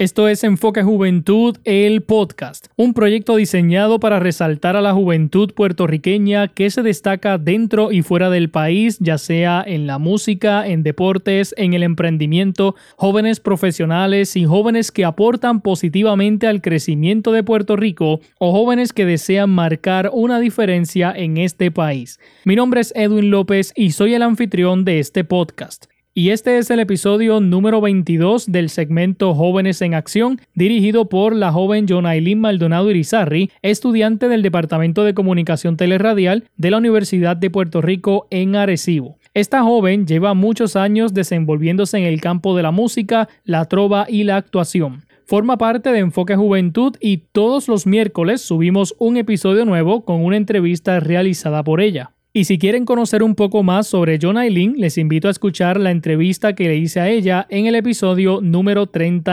Esto es Enfoque Juventud, el podcast, un proyecto diseñado para resaltar a la juventud puertorriqueña que se destaca dentro y fuera del país, ya sea en la música, en deportes, en el emprendimiento, jóvenes profesionales y jóvenes que aportan positivamente al crecimiento de Puerto Rico o jóvenes que desean marcar una diferencia en este país. Mi nombre es Edwin López y soy el anfitrión de este podcast. Y este es el episodio número 22 del segmento Jóvenes en Acción, dirigido por la joven Jonailin Maldonado Irizarry, estudiante del Departamento de Comunicación Teleradial de la Universidad de Puerto Rico en Arecibo. Esta joven lleva muchos años desenvolviéndose en el campo de la música, la trova y la actuación. Forma parte de Enfoque Juventud y todos los miércoles subimos un episodio nuevo con una entrevista realizada por ella. Y si quieren conocer un poco más sobre Jonailin, les invito a escuchar la entrevista que le hice a ella en el episodio número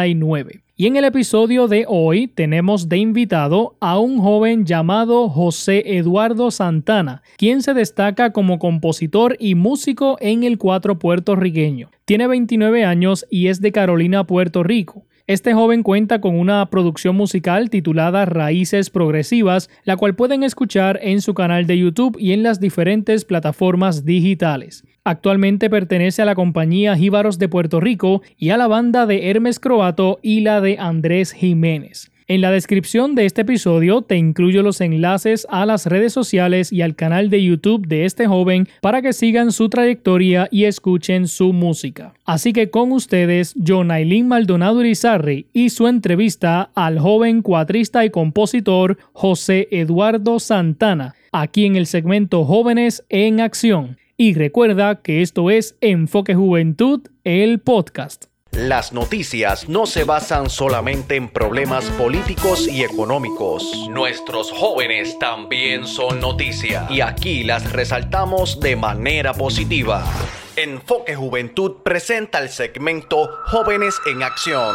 39. Y en el episodio de hoy tenemos de invitado a un joven llamado José Eduardo Santana, quien se destaca como compositor y músico en el cuatro puertorriqueño. Tiene 29 años y es de Carolina, Puerto Rico. Este joven cuenta con una producción musical titulada Raíces Progresivas, la cual pueden escuchar en su canal de YouTube y en las diferentes plataformas digitales. Actualmente pertenece a la compañía Jíbaros de Puerto Rico y a la banda de Hermes Croato y la de Andrés Jiménez. En la descripción de este episodio te incluyo los enlaces a las redes sociales y al canal de YouTube de este joven para que sigan su trayectoria y escuchen su música. Así que con ustedes, Jonailin Maldonado Irizarry y su entrevista al joven cuatrista y compositor José Eduardo Santana, aquí en el segmento Jóvenes en Acción. Y recuerda que esto es Enfoque Juventud, el podcast. Las noticias no se basan solamente en problemas políticos y económicos. Nuestros jóvenes también son noticia y aquí las resaltamos de manera positiva. Enfoque Juventud presenta el segmento Jóvenes en Acción.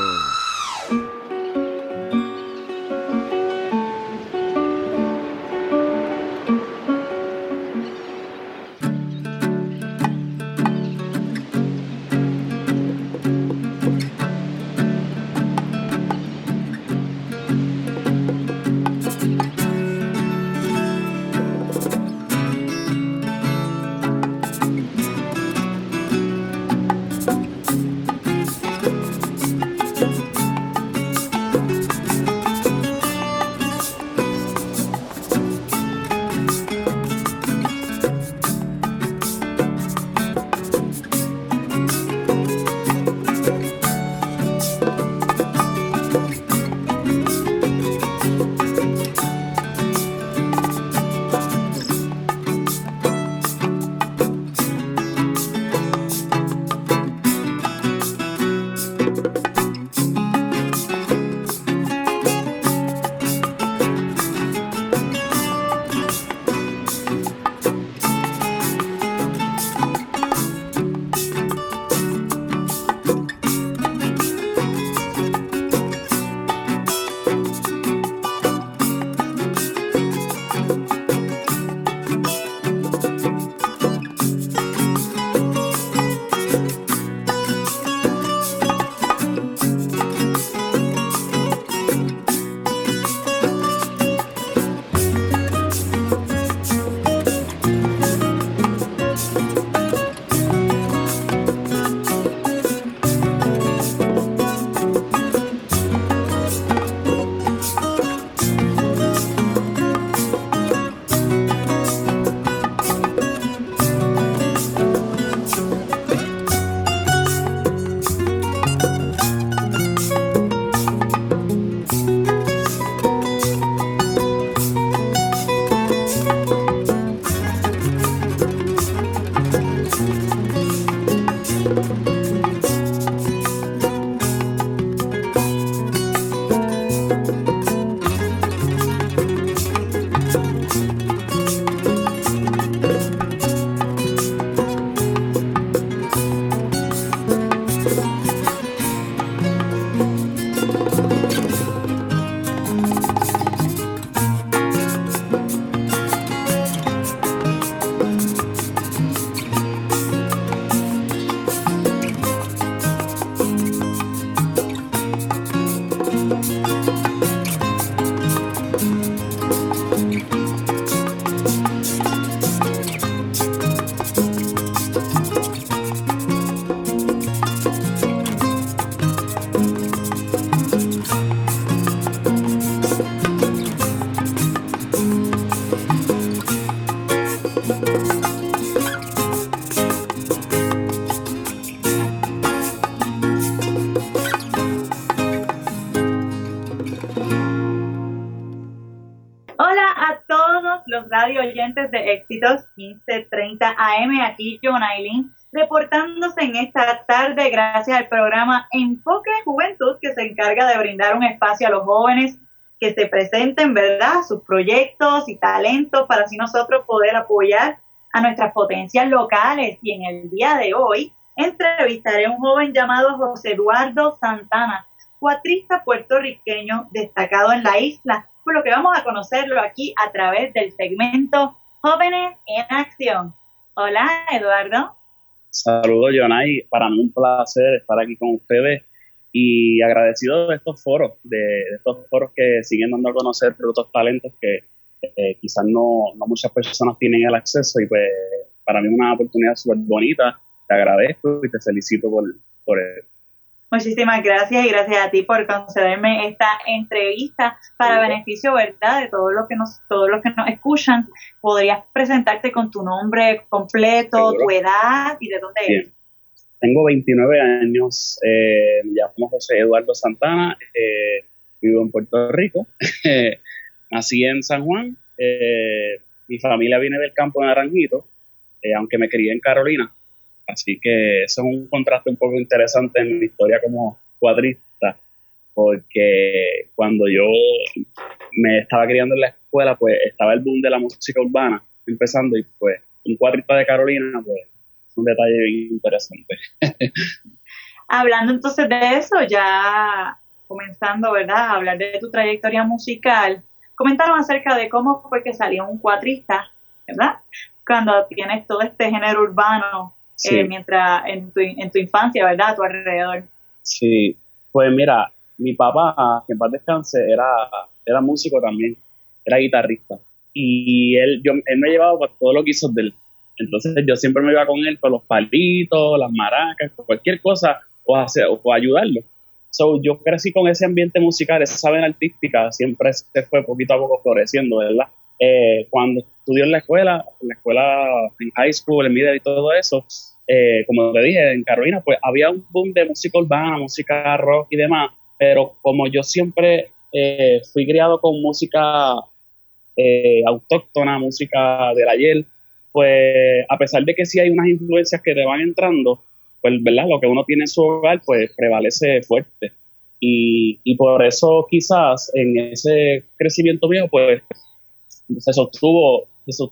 radio oyentes de Éxitos 1530 AM, aquí Jonailin, reportándose en esta tarde gracias al programa Enfoque Juventud, que se encarga de brindar un espacio a los jóvenes que se presenten, ¿verdad?, sus proyectos y talentos para así nosotros poder apoyar a nuestras potencias locales. Y en el día de hoy entrevistaré a un joven llamado José Eduardo Santana, cuatrista puertorriqueño destacado en la isla, por lo que vamos a conocerlo aquí a través del segmento Jóvenes en Acción. Hola, Eduardo. Saludos, Jonay. Para mí un placer estar aquí con ustedes y agradecido de estos foros, que siguen dando a conocer otros talentos que quizás no muchas personas tienen el acceso, y pues para mí es una oportunidad súper bonita. Te agradezco y te felicito por eso. Muchísimas gracias, y gracias a ti por concederme esta entrevista para beneficio, ¿verdad?, de todos los que nos escuchan. ¿Podrías presentarte con tu nombre completo, tu edad y de dónde eres? Tengo 29 años, me llamo José Eduardo Santana, vivo en Puerto Rico, nací en San Juan, mi familia viene del campo de Naranjito, aunque me crié en Carolina. Así que eso es un contraste un poco interesante en mi historia como cuatrista, porque cuando yo me estaba criando en la escuela, pues estaba el boom de la música urbana empezando, y pues un cuatrista de Carolina, pues es un detalle bien interesante. Hablando entonces de eso, ya comenzando, ¿verdad?, a hablar de tu trayectoria musical, comentaron acerca de cómo fue que salió un cuatrista, ¿verdad?, cuando tienes todo este género urbano. Sí. Mientras en tu infancia, ¿verdad?, a tu alrededor. Sí, pues mira, mi papá, que en paz descanse, era músico también, era guitarrista, y él me llevaba para todos los guisos de él. Entonces yo siempre me iba con él con los palitos, las maracas, cualquier cosa, o ayudarlo. So, yo crecí con ese ambiente musical, esa vena artística siempre se fue poquito a poco floreciendo, ¿verdad? Cuando estudié en la escuela en high school, en middle y todo eso, como te dije, en Carolina, pues había un boom de música urbana, música rock y demás, pero como yo siempre fui criado con música autóctona, música del ayer, pues a pesar de que sí hay unas influencias que te van entrando, pues, ¿verdad?, lo que uno tiene en su hogar, pues prevalece fuerte. Y por eso quizás en ese crecimiento mío, pues se sostuvo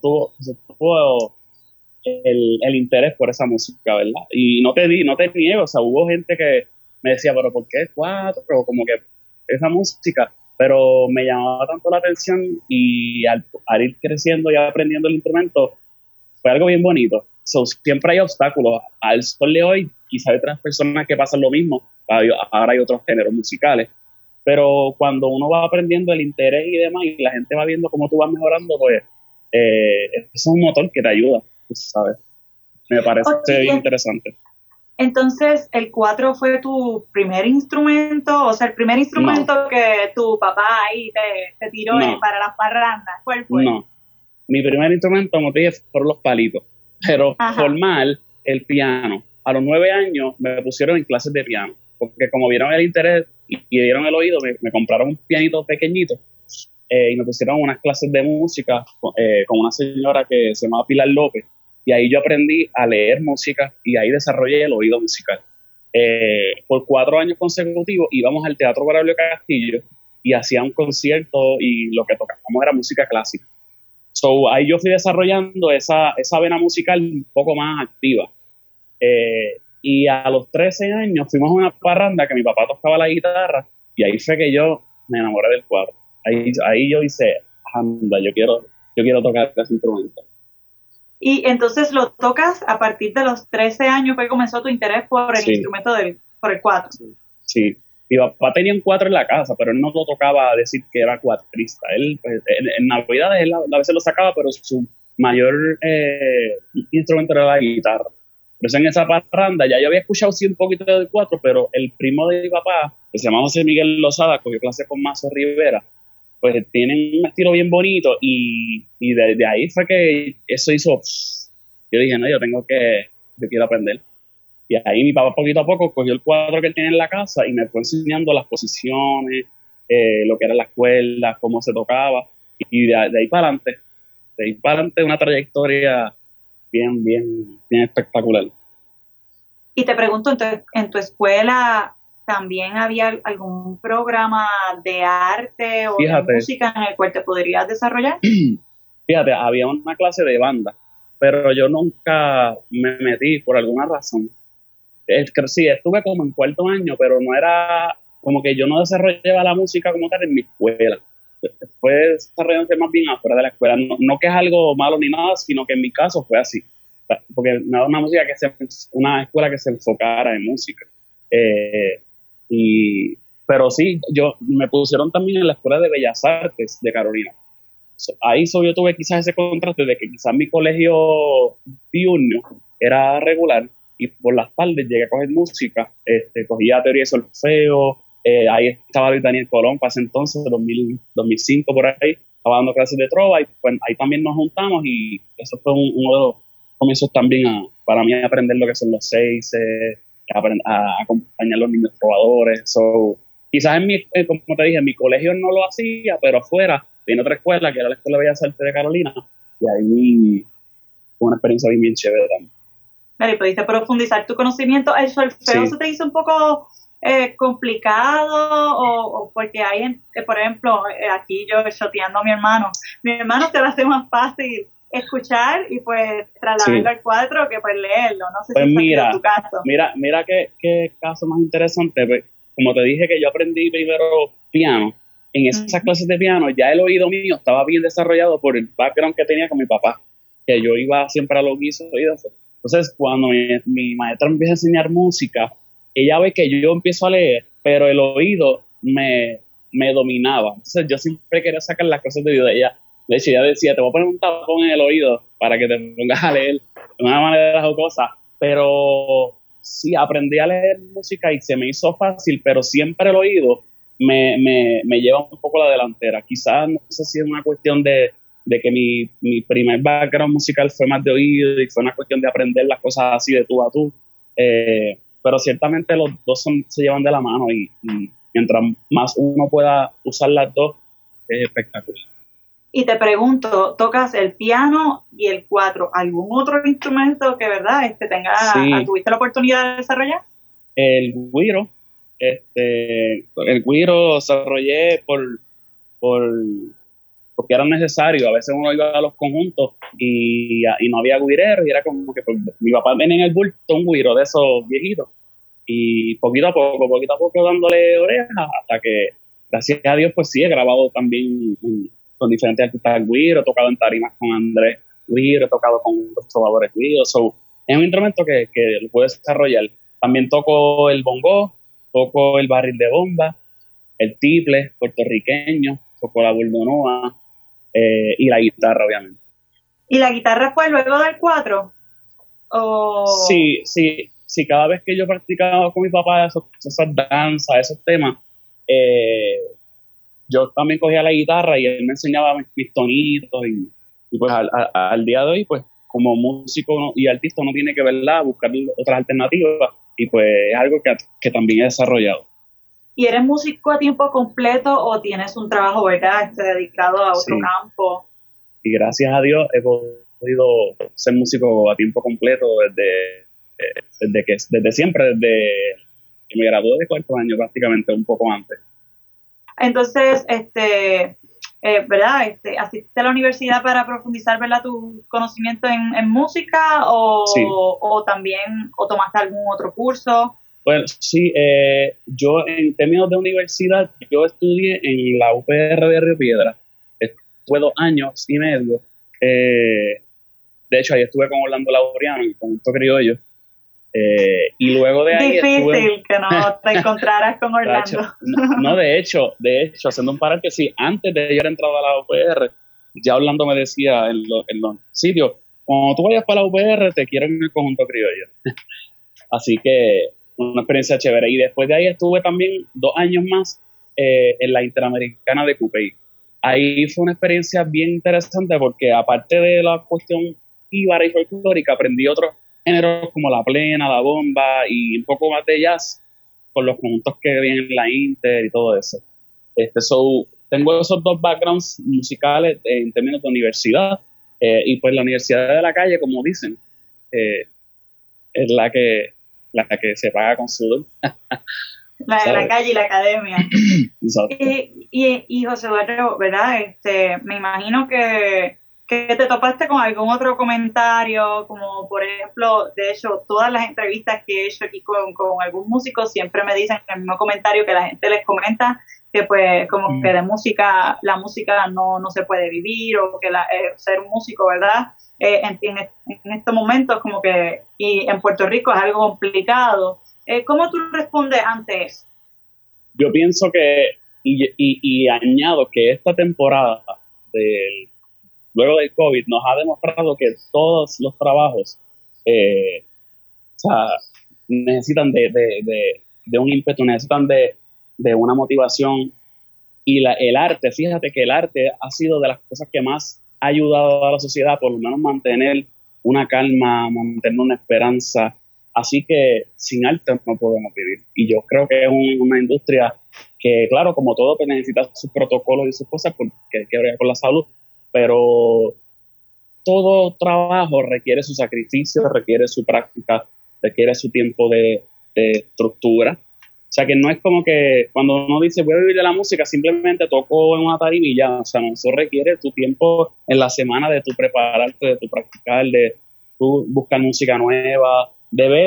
el interés por esa música, ¿verdad? Y no te niego, o sea, hubo gente que me decía, pero ¿por qué cuatro? Como que esa música, pero me llamaba tanto la atención, y al ir creciendo y aprendiendo el instrumento, fue algo bien bonito. So, siempre hay obstáculos. Al sol de hoy, quizá hay otras personas que pasan lo mismo, ahora hay otros géneros musicales, pero cuando uno va aprendiendo el interés y demás, y la gente va viendo cómo tú vas mejorando, pues es un motor que te ayuda, tú sabes. Me parece bien interesante. Entonces, ¿el 4 fue tu primer instrumento? O sea, el primer instrumento que tu papá ahí te tiró para las parrandas, ¿cuál fue? No, mi primer instrumento, como te dije, fueron los palitos, pero formal, el piano. A los 9 años me pusieron en clases de piano, porque como vieron el interés y vieron el oído, me compraron un pianito pequeñito, y me pusieron unas clases de música con una señora que se llamaba Pilar López, y ahí yo aprendí a leer música y ahí desarrollé el oído musical. Por 4 años consecutivos íbamos al Teatro Braulio Castillo y hacía un concierto, y lo que tocábamos era música clásica. So, ahí yo fui desarrollando esa vena musical un poco más activa. Y a los 13 años fuimos a una parranda que mi papá tocaba la guitarra, y ahí fue que yo me enamoré del cuatro. Ahí yo hice, anda, yo quiero tocar ese instrumento. Y entonces lo tocas a partir de los 13 años, fue que comenzó tu interés por el instrumento por el cuatro. Sí. Mi papá tenía un cuatro en la casa, pero él no lo tocaba a decir que era cuatrista. Él, pues, en Navidades, él a veces lo sacaba, pero su mayor instrumento era la guitarra. Por eso en esa parranda ya yo había escuchado sí un poquito del cuatro, pero el primo de mi papá, que se llama José Miguel Lozada, cogió clase con Mazo Rivera, pues tienen un estilo bien bonito, y de ahí fue que eso hizo, yo dije, no, yo quiero aprender. Y ahí mi papá poquito a poco cogió el cuadro que él tenía en la casa y me fue enseñando las posiciones, lo que eran las cuerdas, cómo se tocaba, y de ahí para adelante. de ir para adelante una trayectoria bien, bien, bien espectacular. Y te pregunto, ¿en tu escuela también había algún programa de arte o de música en el cual te podrías desarrollar? Fíjate, había una clase de banda, pero yo nunca me metí por alguna razón. Sí, estuve como en cuarto año, pero no era como que yo no desarrollaba la música como tal en mi escuela. Fue desarrollándose más bien afuera de la escuela. No que es algo malo ni nada, sino que en mi caso fue así. Porque no era una escuela que se enfocara en música. Pero sí, me pusieron también en la Escuela de Bellas Artes de Carolina. Ahí yo tuve quizás ese contraste de que quizás mi colegio diurno era regular y por las tardes llegué a coger música, cogía teoría de solfeo, ahí estaba Daniel Colón para ese entonces, 2005 por ahí, estaba dando clases de trova y pues ahí también nos juntamos y eso fue uno de los comienzos también para mí aprender lo que son los seis, a acompañar a los niños trovadores. Quizás como te dije, en mi colegio no lo hacía, pero afuera en otra escuela, que era la Escuela de Bellas Artes de Carolina, y ahí fue una experiencia bien chévere también. Vale, ¿pudiste profundizar tu conocimiento? ¿El solfeo se te hizo un poco complicado? O porque hay, por ejemplo, aquí yo shoteando a mi hermano se le hace más fácil escuchar y pues trasladarlo al cuadro que pues leerlo. No sé pues si mira, es tu caso. Mira qué caso más interesante. Pues, como te dije que yo aprendí primero piano, en esas clases de piano ya el oído mío estaba bien desarrollado por el background que tenía con mi papá, que yo iba siempre a los guisos y eso. Entonces, cuando mi maestra me empieza a enseñar música, ella ve que yo empiezo a leer, pero el oído me dominaba. Entonces, yo siempre quería sacar las cosas de oído de ella. De hecho, ella decía, te voy a poner un tapón en el oído para que te pongas a leer de una manera jocosa. Pero sí, aprendí a leer música y se me hizo fácil, pero siempre el oído me lleva un poco a la delantera. Quizás, no sé si es una cuestión de que mi primer background musical fue más de oído y fue una cuestión de aprender las cosas así de tú a tú. Pero ciertamente los dos se llevan de la mano y mientras más uno pueda usar las dos, es espectacular. Y te pregunto, ¿tocas el piano y el cuatro? ¿Algún otro instrumento que, verdad, tuviste la oportunidad de desarrollar? El güiro. El güiro desarrollé porque era necesario. A veces uno iba a los conjuntos y no había güireros y era como que pues, mi papá tenía en el bulto un güiro de esos viejitos y poquito a poco dándole orejas hasta que, gracias a Dios, pues sí, he grabado también con diferentes artistas del güiro, he tocado en tarimas con Andrés güiro, he tocado con los trovadores güiros. Es un instrumento que lo puedo desarrollar. También toco el bongo, toco el barril de bomba, el tiple puertorriqueño, toco la burdonoa y la guitarra, obviamente. ¿Y la guitarra fue luego del 4? Sí, cada vez que yo practicaba con mi papá esas danzas, esos temas, yo también cogía la guitarra y él me enseñaba mis tonitos y pues al día de hoy, pues como músico y artista uno tiene que buscar otras alternativas y pues es algo que también he desarrollado. ¿Y eres músico a tiempo completo o tienes un trabajo, verdad, dedicado a otro campo? Y gracias a Dios he podido ser músico a tiempo completo desde siempre, desde que me gradué de cuarto año prácticamente, un poco antes. Entonces, ¿verdad? ¿Asististe a la universidad para profundizar, verdad, tu conocimiento en música o también tomaste algún otro curso? Bueno, sí, yo en términos de universidad, yo estudié en la UPR de Río Piedras. Estuve 2 años y medio. De hecho, ahí estuve con Orlando Laureano, el conjunto criollo. Y luego de ahí difícil que no te encontraras con Orlando. De hecho, haciendo un paréntesis, antes de yo haber entrado a la UPR, ya Orlando me decía en los sitios, cuando tú vayas para la UPR, te quiero en el conjunto criollo. Así que una experiencia chévere. Y después de ahí estuve también 2 años más en la Interamericana de Cupey. Ahí fue una experiencia bien interesante porque aparte de la cuestión jíbara y folclórica, aprendí otros géneros como la plena, la bomba y un poco más de jazz con los conjuntos que vienen en la Inter y todo eso. Tengo esos 2 backgrounds musicales en términos de universidad Y pues la universidad de la calle, como dicen, es la que se paga con sudor. La de la calle y la academia. Exacto. Y José Eduardo, ¿verdad? Me imagino que te topaste con algún otro comentario, como por ejemplo, de hecho, todas las entrevistas que he hecho aquí con algún músico siempre me dicen el mismo comentario que la gente les comenta, que pues como que de música, la música no se puede vivir, o que ser un músico, ¿verdad? En estos momentos como que, y en Puerto Rico es algo complicado. ¿Cómo tú respondes ante eso? Yo pienso que, y añado que esta temporada luego del COVID nos ha demostrado que todos los trabajos necesitan de un ímpetu, necesitan de una motivación, y el arte, fíjate que el arte ha sido de las cosas que más ha ayudado a la sociedad, por lo menos mantener una calma, mantener una esperanza. Así que sin arte no podemos vivir. Y yo creo que es una industria que, claro, como todo, que necesita sus protocolos y sus cosas, porque hay que ver con la salud, pero todo trabajo requiere su sacrificio, requiere su práctica, requiere su tiempo de estructura. O sea, que no es como que cuando uno dice voy a vivir de la música, simplemente toco en una tarima y ya. O sea, no, eso requiere tu tiempo en la semana de tu prepararte, de tu practicar, de tu buscar música nueva, de ver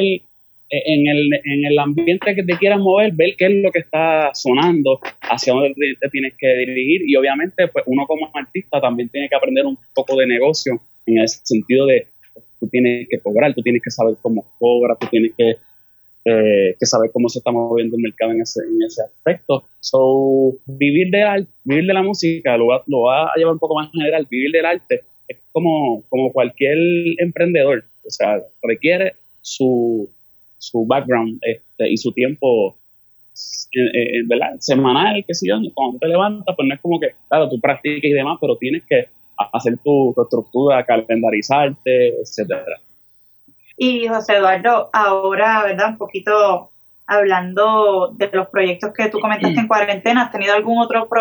en el ambiente que te quieras mover, ver qué es lo que está sonando, hacia dónde te tienes que dirigir. Y obviamente, pues uno como artista también tiene que aprender un poco de negocio, en el sentido de tú tienes que cobrar, tú tienes que saber cómo cobra, tú tienes que saber cómo se está moviendo el mercado en ese aspecto. So, vivir de la música lo va a llevar un poco más general. Vivir del arte es como cualquier emprendedor, o sea, requiere su background y su tiempo ¿verdad? Semanal, qué sé yo. Cuando te levantas, pues no es como que, claro, tú practicas y demás, pero tienes que hacer tu estructura, calendarizarte, etcétera. Y José Eduardo, ahora, ¿verdad? Un poquito hablando de los proyectos que tú comentaste en cuarentena, ¿has tenido algún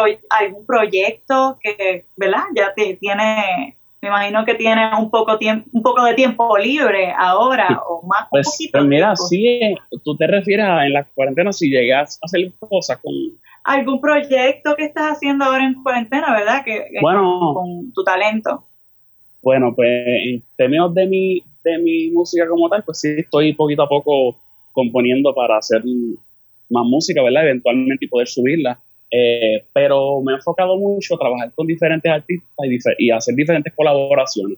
proyecto que, ¿verdad? Ya tiene, me imagino que tiene un poco de tiempo libre ahora, o más, pues, un poquito. Pues mira, sí, tú te refieres en la cuarentena, si llegas a hacer cosas con... ¿Algún proyecto que estás haciendo ahora en cuarentena, verdad? Bueno, con tu talento. Bueno, pues en términos de mi música como tal, pues sí, estoy poquito a poco componiendo para hacer más música, ¿verdad? Eventualmente y poder subirla. Pero me he enfocado mucho a trabajar con diferentes artistas y hacer diferentes colaboraciones.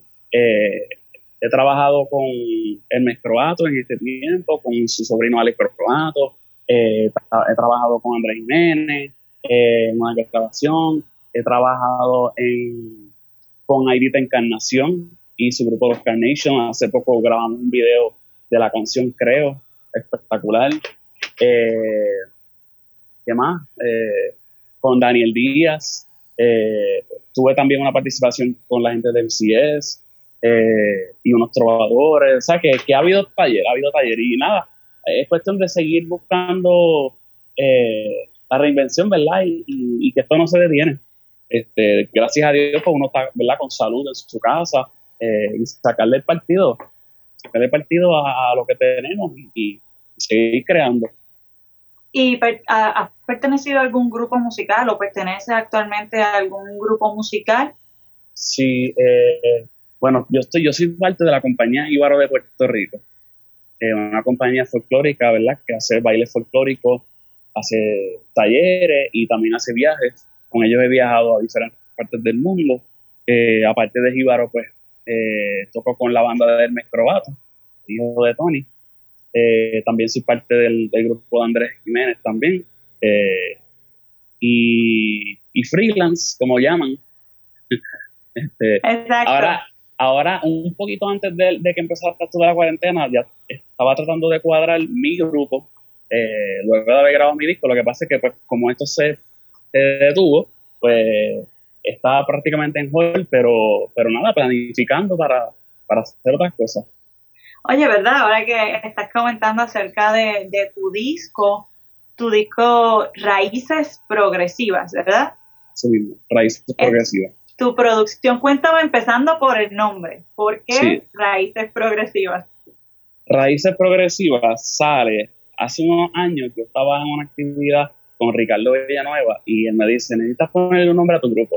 He trabajado con Hermes Croato en este tiempo, con su sobrino Alex Croato. He trabajado con Andrés Jiménez en una grabación. He trabajado con Airita Encarnación y su grupo Los Carnation. Hace poco grabamos un video de la canción Creo, espectacular. ¿Qué más? Con Daniel Díaz. Tuve también una participación con la gente del MCS y unos trovadores. O sea, que ha habido taller y nada. Es cuestión de seguir buscando la reinvención, ¿verdad? Y que esto no se detiene. Gracias a Dios, pues uno está, ¿verdad?, con salud en su casa, y sacarle el partido a lo que tenemos y seguir creando. ¿Y has pertenecido a algún grupo musical o perteneces actualmente a algún grupo musical? Sí, bueno, yo soy parte de la compañía Íbaro de Puerto Rico, una compañía folclórica, ¿verdad?, que hace bailes folclóricos, hace talleres y también hace viajes. Con ellos he viajado a diferentes partes del mundo. Aparte de Jíbaro, pues toco con la banda de Hermes Croato, hijo de Tony. También soy parte del grupo de Andrés Jiménez también. Y freelance, como llaman. Exacto. Ahora, un poquito antes de que empezara toda la cuarentena, ya estaba tratando de cuadrar mi grupo, luego de haber grabado mi disco. Lo que pasa es que, pues, como esto se detuvo, pues estaba prácticamente en hold, pero nada, planificando para hacer otras cosas. Oye, ¿verdad? Ahora que estás comentando acerca de tu disco Raíces Progresivas, ¿verdad? Sí mismo, Raíces Progresivas. tu producción, cuéntame empezando por el nombre. ¿Por qué Sí. Raíces Progresivas? Raíces Progresivas sale hace unos años. Yo estaba en una actividad con Ricardo Villanueva y él me dice, necesitas ponerle un nombre a tu grupo.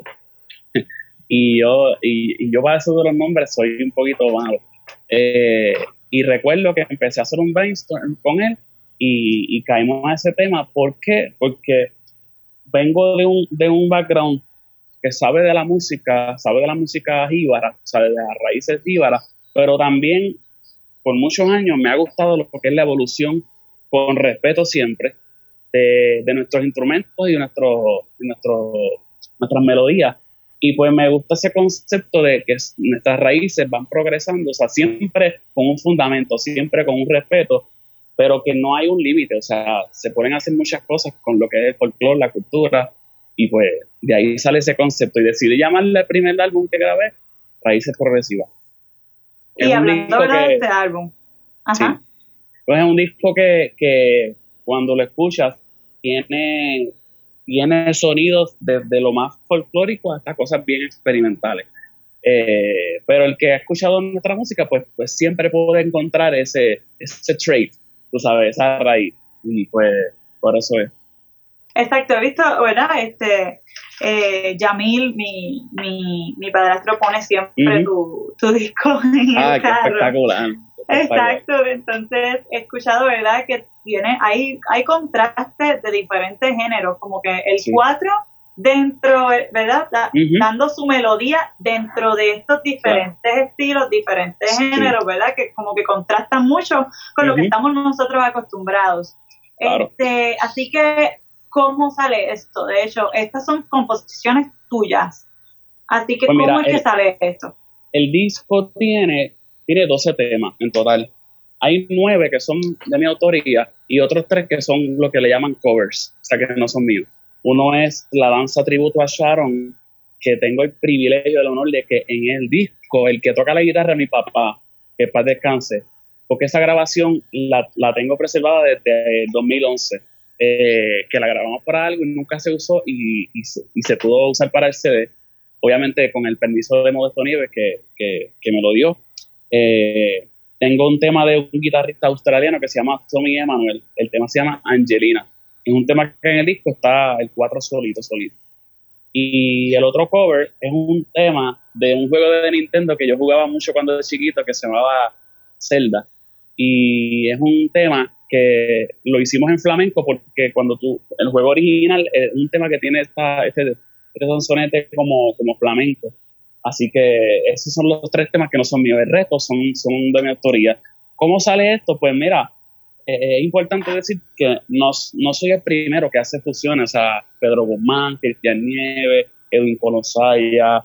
y yo para eso de los nombres soy un poquito malo. Y recuerdo que empecé a hacer un brainstorm con él y caímos a ese tema. ¿Por qué? Porque vengo de un background que sabe de la música jíbara, sabe de las raíces jíbaras, pero también por muchos años me ha gustado lo que es la evolución, con respeto siempre, de nuestros instrumentos y de nuestras melodías. Y pues me gusta ese concepto de que nuestras raíces van progresando, o sea, siempre con un fundamento, siempre con un respeto, pero que no hay un límite, o sea, se pueden hacer muchas cosas con lo que es el folclore, la cultura, y pues de ahí sale ese concepto. Y decidí llamarle el primer álbum que grabé Raíces Progresivas. Y hablando de este álbum. Ajá. Sí. Pues es un disco que cuando lo escuchas tiene sonidos desde lo más folclórico hasta cosas bien experimentales. Pero el que ha escuchado nuestra música, pues siempre puede encontrar ese trait, tú sabes, esa raíz. Y pues por eso es. Exacto, he visto, ¿verdad? Yamil, mi padrastro, pone siempre tu disco en el qué carro. espectacular. Exacto, entonces he escuchado, ¿verdad? Que hay contrastes de diferentes géneros, como que el 4 dentro, ¿verdad? Dando su melodía dentro de estos diferentes estilos, diferentes géneros, ¿verdad? Que como que contrastan mucho con lo que estamos nosotros acostumbrados. Claro. Así que, ¿cómo sale esto? De hecho, estas son composiciones tuyas. Así que, pues mira, ¿cómo es que sale esto? El disco tiene 12 temas en total. Hay 9 que son de mi autoría y otros 3 que son lo que le llaman covers, o sea que no son míos. Uno es la danza tributo a Sharon, que tengo el privilegio, el honor de que en el disco, el que toca la guitarra es mi papá, que paz descanse, porque esa grabación la tengo preservada desde 2011, que la grabamos para algo y nunca se usó y se pudo usar para el CD, obviamente con el permiso de Modesto Nieves que me lo dio. Tengo un tema de un guitarrista australiano que se llama Tommy Emanuel. El tema se llama Angelina. Es un tema que en el disco está el 4 solito. Y el otro cover es un tema de un juego de Nintendo que yo jugaba mucho cuando era chiquito, que se llamaba Zelda. Y es un tema que lo hicimos en flamenco porque el juego original es un tema que tiene este sonsonete como flamenco. Así que esos son los 3 temas que no son míos. El resto son de mi autoría. ¿Cómo sale esto? Pues mira, es importante decir que no soy el primero que hace fusiones. O sea, Pedro Guzmán, Cristian Nieves, Edwin Conosaya,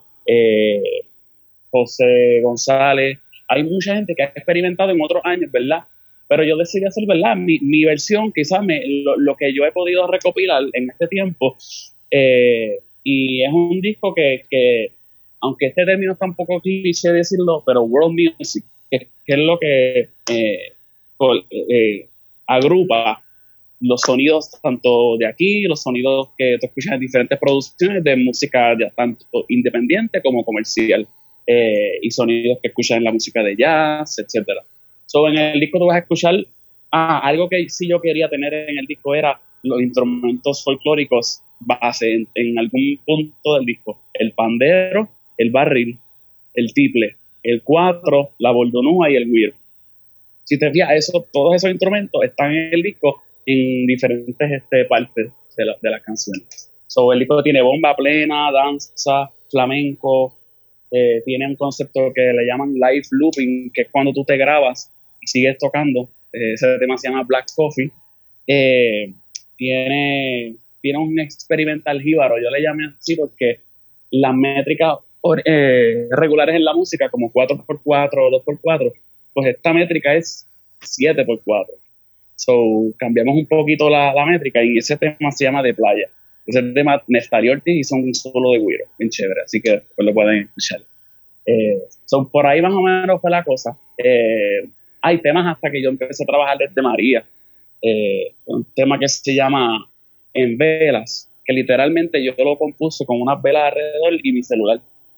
José González. Hay mucha gente que ha experimentado en otros años, ¿verdad? Pero yo decidí hacer, ¿verdad? Mi versión, quizás lo que yo he podido recopilar en este tiempo. Y es un disco que aunque este término está un poco cliché decirlo, pero world music, que es lo que agrupa los sonidos tanto de aquí, los sonidos que tú escuchas en diferentes producciones de música ya tanto independiente como comercial, y sonidos que escuchas en la música de jazz, etcétera. En el disco tú vas a escuchar algo que sí yo quería tener en el disco era los instrumentos folclóricos base en algún punto del disco: el pandero, el barril, el tiple, el 4, la bordonúa y el güiro. Si te fijas, todos esos instrumentos están en el disco en diferentes partes de las canciones. El disco tiene bomba plena, danza, flamenco, tiene un concepto que le llaman live looping, que es cuando tú te grabas y sigues tocando. Ese tema se llama Black Coffee. Tiene un experimental jíbaro, yo le llamé así porque las métricas regulares en la música, como 4x4 o 2x4, pues esta métrica es 7x4. Cambiamos un poquito la métrica y ese tema se llama De Playa. Ese tema Neftali Ortiz hizo un solo de güiro, bien chévere, así que pues lo pueden escuchar. Por ahí más o menos fue la cosa. Hay temas hasta que yo empecé a trabajar desde María. Un tema que se llama En Velas, que literalmente yo lo compuse con unas velas alrededor y mi celular.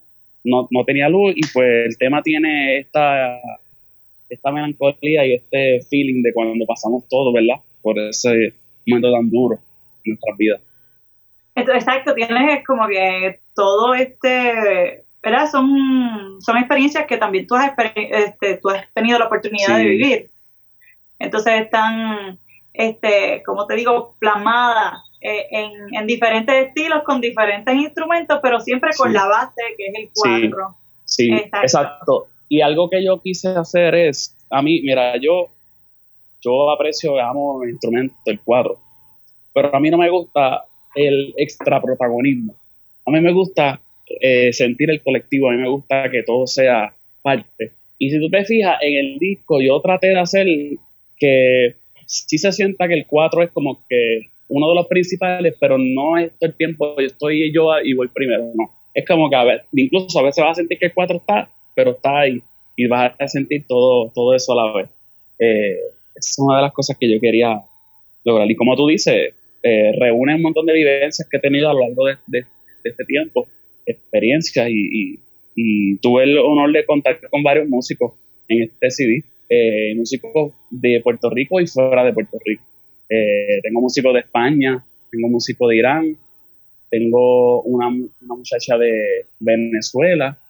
no tenía luz y pues el tema tiene esta melancolía y este feeling de cuando pasamos todo, ¿verdad? Por ese momento tan duro en nuestras vidas. Exacto, tienes como que todo ¿verdad? Son experiencias que también tú has tenido la oportunidad de vivir. Entonces están, como te digo, plasmadas en diferentes estilos, con diferentes instrumentos, pero siempre con la base que es el cuatro. Sí, exacto. Y algo que yo quise hacer es, a mí, mira, yo aprecio, amo el instrumento, el cuatro, pero a mí no me gusta el extra protagonismo. A mí me gusta sentir el colectivo, a mí me gusta que todo sea parte. Y si tú te fijas, en el disco yo traté de hacer que sí se sienta que el 4 es como que uno de los principales, pero no es todo el tiempo estoy yo y voy primero, no. Es como que incluso a veces vas a sentir que el 4 está, pero está ahí y vas a sentir todo eso a la vez. Esa es una de las cosas que yo quería lograr. Y como tú dices, reúne un montón de vivencias que he tenido a lo largo de este tiempo, experiencias y tuve el honor de contar con varios músicos en este CD, músicos de Puerto Rico y fuera de Puerto Rico. Tengo músicos de España, tengo músicos de Irán, tengo una muchacha de Venezuela,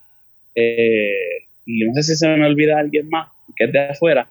y no sé si se me olvida alguien más que es de afuera,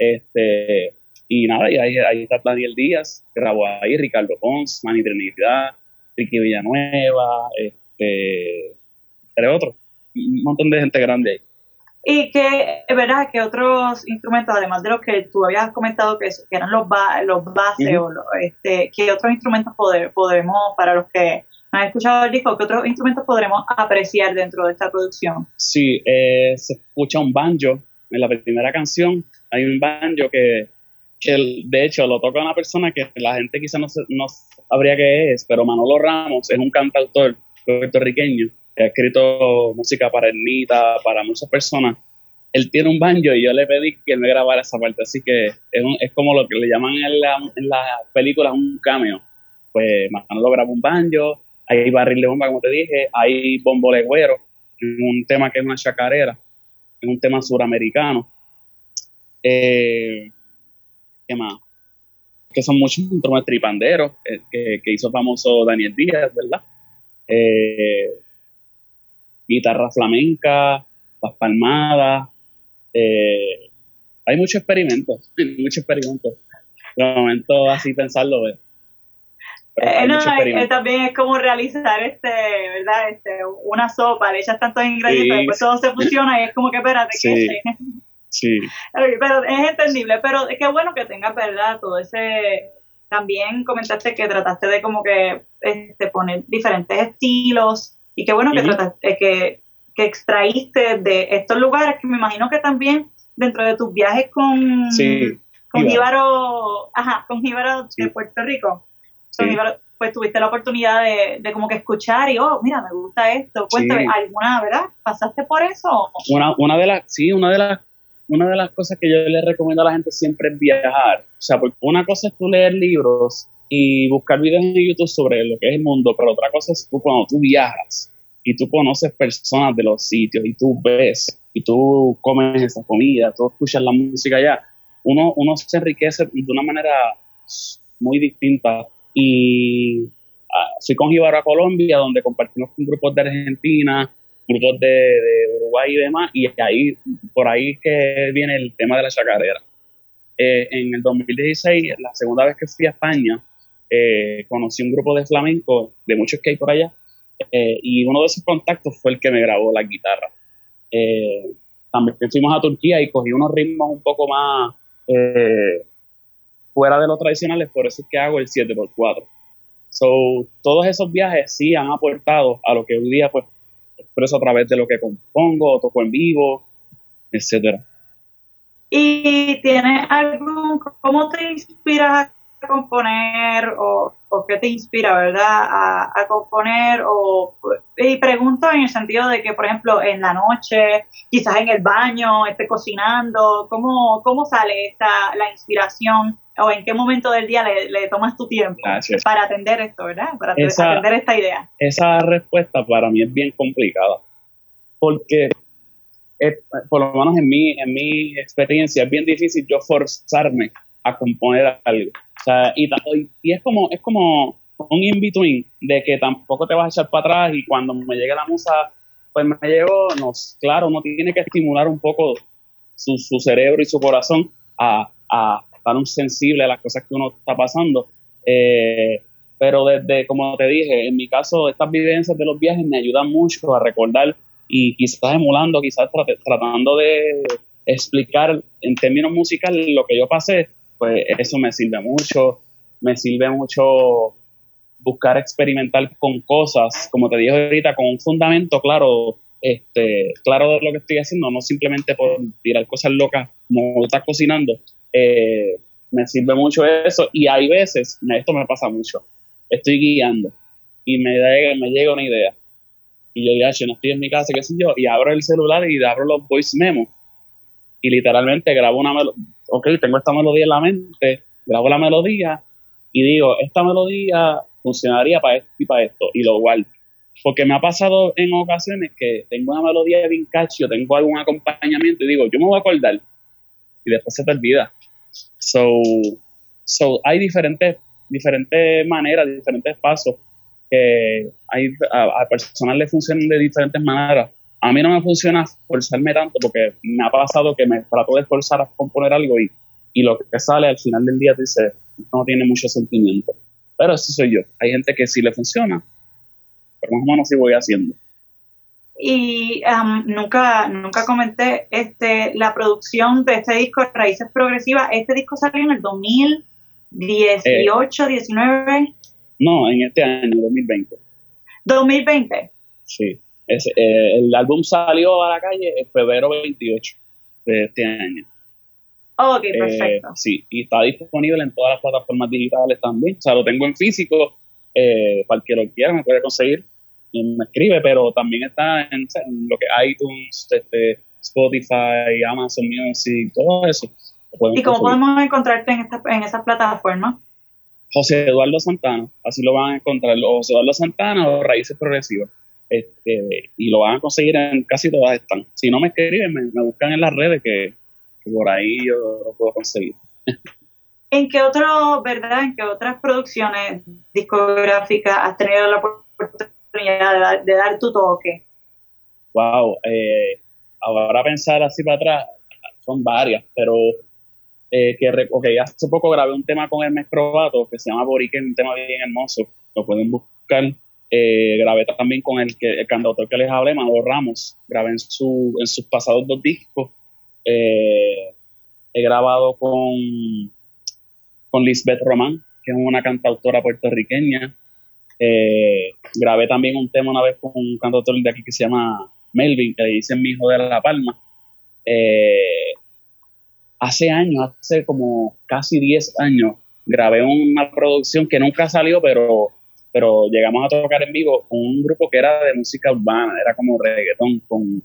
y nada, y ahí está Daniel Díaz, grabó ahí, Ricardo Pons, Manny Trinidad, Ricky Villanueva, entre otros, un montón de gente grande ahí. Y que, ¿verdad? Que otros instrumentos, además de los que tú habías comentado que eran los bases, o ¿qué otros instrumentos podemos, para los que no han escuchado el disco, qué otros instrumentos podremos apreciar dentro de esta producción? Sí, se escucha un banjo en la primera canción. Hay un banjo que de hecho lo toca una persona que la gente quizá no sabría qué es, pero Manolo Ramos es un cantautor puertorriqueño que ha escrito música para Ernita, para muchas personas. Él tiene un banjo y yo le pedí que él me grabara esa parte, así que es como lo que le llaman en las películas un cameo. Pues Manolo grabó un banjo, hay barril de bomba, como te dije, hay bombo legüero, un tema que es una chacarera, es un tema suramericano. ¿Qué más? Que son muchos instrumentos tripanderos que hizo famoso Daniel Díaz, ¿verdad? Guitarra flamenca, las palmadas, hay muchos experimentos. De momento así pensarlo, también es como realizar ¿verdad? Una sopa, le echas tantos ingredientes, después todo se fusiona y es como que espérate, Sí. Pero es entendible, pero es que bueno que tengas, ¿verdad? Todo ese, también comentaste que trataste de como que poner diferentes estilos, y qué bueno que trataste, que extraíste de estos lugares, que me imagino que también dentro de tus viajes con Jíbaro, de Puerto Rico, Jíbaro, pues tuviste la oportunidad de como que escuchar y mira, me gusta esto. Cuéntame, ¿alguna, verdad? ¿Pasaste por eso? Una de las cosas que yo le recomiendo a la gente siempre es viajar. O sea, porque una cosa es tú leer libros y buscar videos en YouTube sobre lo que es el mundo, pero otra cosa es cuando tú viajas y tú conoces personas de los sitios y tú ves y tú comes esa comida, tú escuchas la música allá, uno se enriquece de una manera muy distinta. Y fui con Jíbaro a Colombia, donde compartimos con grupos de Argentina, grupos de Uruguay y demás, y por ahí que viene el tema de la chacarera. En el 2016, la segunda vez que fui a España, conocí un grupo de flamenco, de muchos que hay por allá, y uno de esos contactos fue el que me grabó la guitarra. También fuimos a Turquía y cogí unos ritmos un poco más fuera de lo tradicionales, por eso es que hago el 7x4. Todos esos viajes sí han aportado a lo que hoy día pues expreso a través de lo que compongo, toco en vivo, etcétera. ¿Y tienes cómo te inspiras a componer o qué te inspira, verdad, a componer? Y pregunto en el sentido de que, por ejemplo, en la noche, quizás en el baño, cocinando, ¿cómo sale la inspiración? ¿O en qué momento del día le tomas tu tiempo para atender esto, verdad? Para atender esta idea. Esa respuesta para mí es bien complicada. porque por lo menos en mi experiencia es bien difícil yo forzarme a componer algo. O sea, y es como un in-between de que tampoco te vas a echar para atrás y cuando me llegue la musa, pues me llegó, claro, uno tiene que estimular un poco su cerebro y su corazón a estar un sensible a las cosas que uno está pasando. Pero como te dije, en mi caso, estas vivencias de los viajes me ayudan mucho a recordar y quizás emulando, quizás tratando de explicar en términos musicales lo que yo pasé, pues eso me sirve mucho buscar experimentar con cosas, como te dije ahorita, con un fundamento claro de lo que estoy haciendo, no simplemente por tirar cosas locas como estás cocinando. Me sirve mucho eso y hay veces, esto me pasa mucho, estoy guiando y me llega una idea y yo digo, no estoy en mi casa, qué sé yo, y abro el celular y abro los voice memos y literalmente grabo una melodía. Ok, tengo esta melodía en la mente, grabo la melodía y digo, esta melodía funcionaría para esto y para esto, y lo guardo. Porque me ha pasado en ocasiones que tengo una melodía bien catchy o tengo algún acompañamiento y digo, yo me voy a acordar, y después se te olvida. So hay diferentes maneras, diferentes pasos que a personas les funcionan de diferentes maneras. A mí no me funciona forzarme tanto porque me ha pasado que me trato de forzar a componer algo y lo que sale al final del día dice, no tiene mucho sentimiento. Pero así soy yo. Hay gente que sí le funciona, pero más o menos sí voy haciendo. Y nunca comenté la producción de este disco Raíces Progresivas. Este disco salió en el 2018, 19. No, en este año, 2020. ¿2020? Sí. El álbum salió a la calle en febrero 28 de este año. Ok, perfecto. Sí, y está disponible en todas las plataformas digitales también. O sea, lo tengo en físico. Para el que lo quiera me puede conseguir y me escribe, pero también está en lo que iTunes, Spotify, Amazon Music, todo eso. ¿Y cómo podemos encontrarte en esas plataformas? José Eduardo Santana, así lo van a encontrar, José Eduardo Santana o Raíces Progresivas, y lo van a conseguir en casi todas están. Si no me escriben, me buscan en las redes que por ahí yo lo puedo conseguir. ¿En qué otras producciones discográficas has tenido la oportunidad de dar tu toque? Wow, ahora pensar así para atrás, son varias, pero hace poco grabé un tema con Hermes Crobato que se llama Borique, un tema bien hermoso, lo pueden buscar. Grabé también con el cantautor que les hablé, Manolo Ramos, grabé en sus pasados 2 discos. He grabado con Lisbeth Román, que es una cantautora puertorriqueña. Grabé también un tema una vez con un cantautor de aquí que se llama Melvin, que le dicen Mi Hijo de La Palma. Hace como casi 10 años, grabé una producción que nunca salió, pero llegamos a tocar en vivo con un grupo que era de música urbana, era como reggaetón,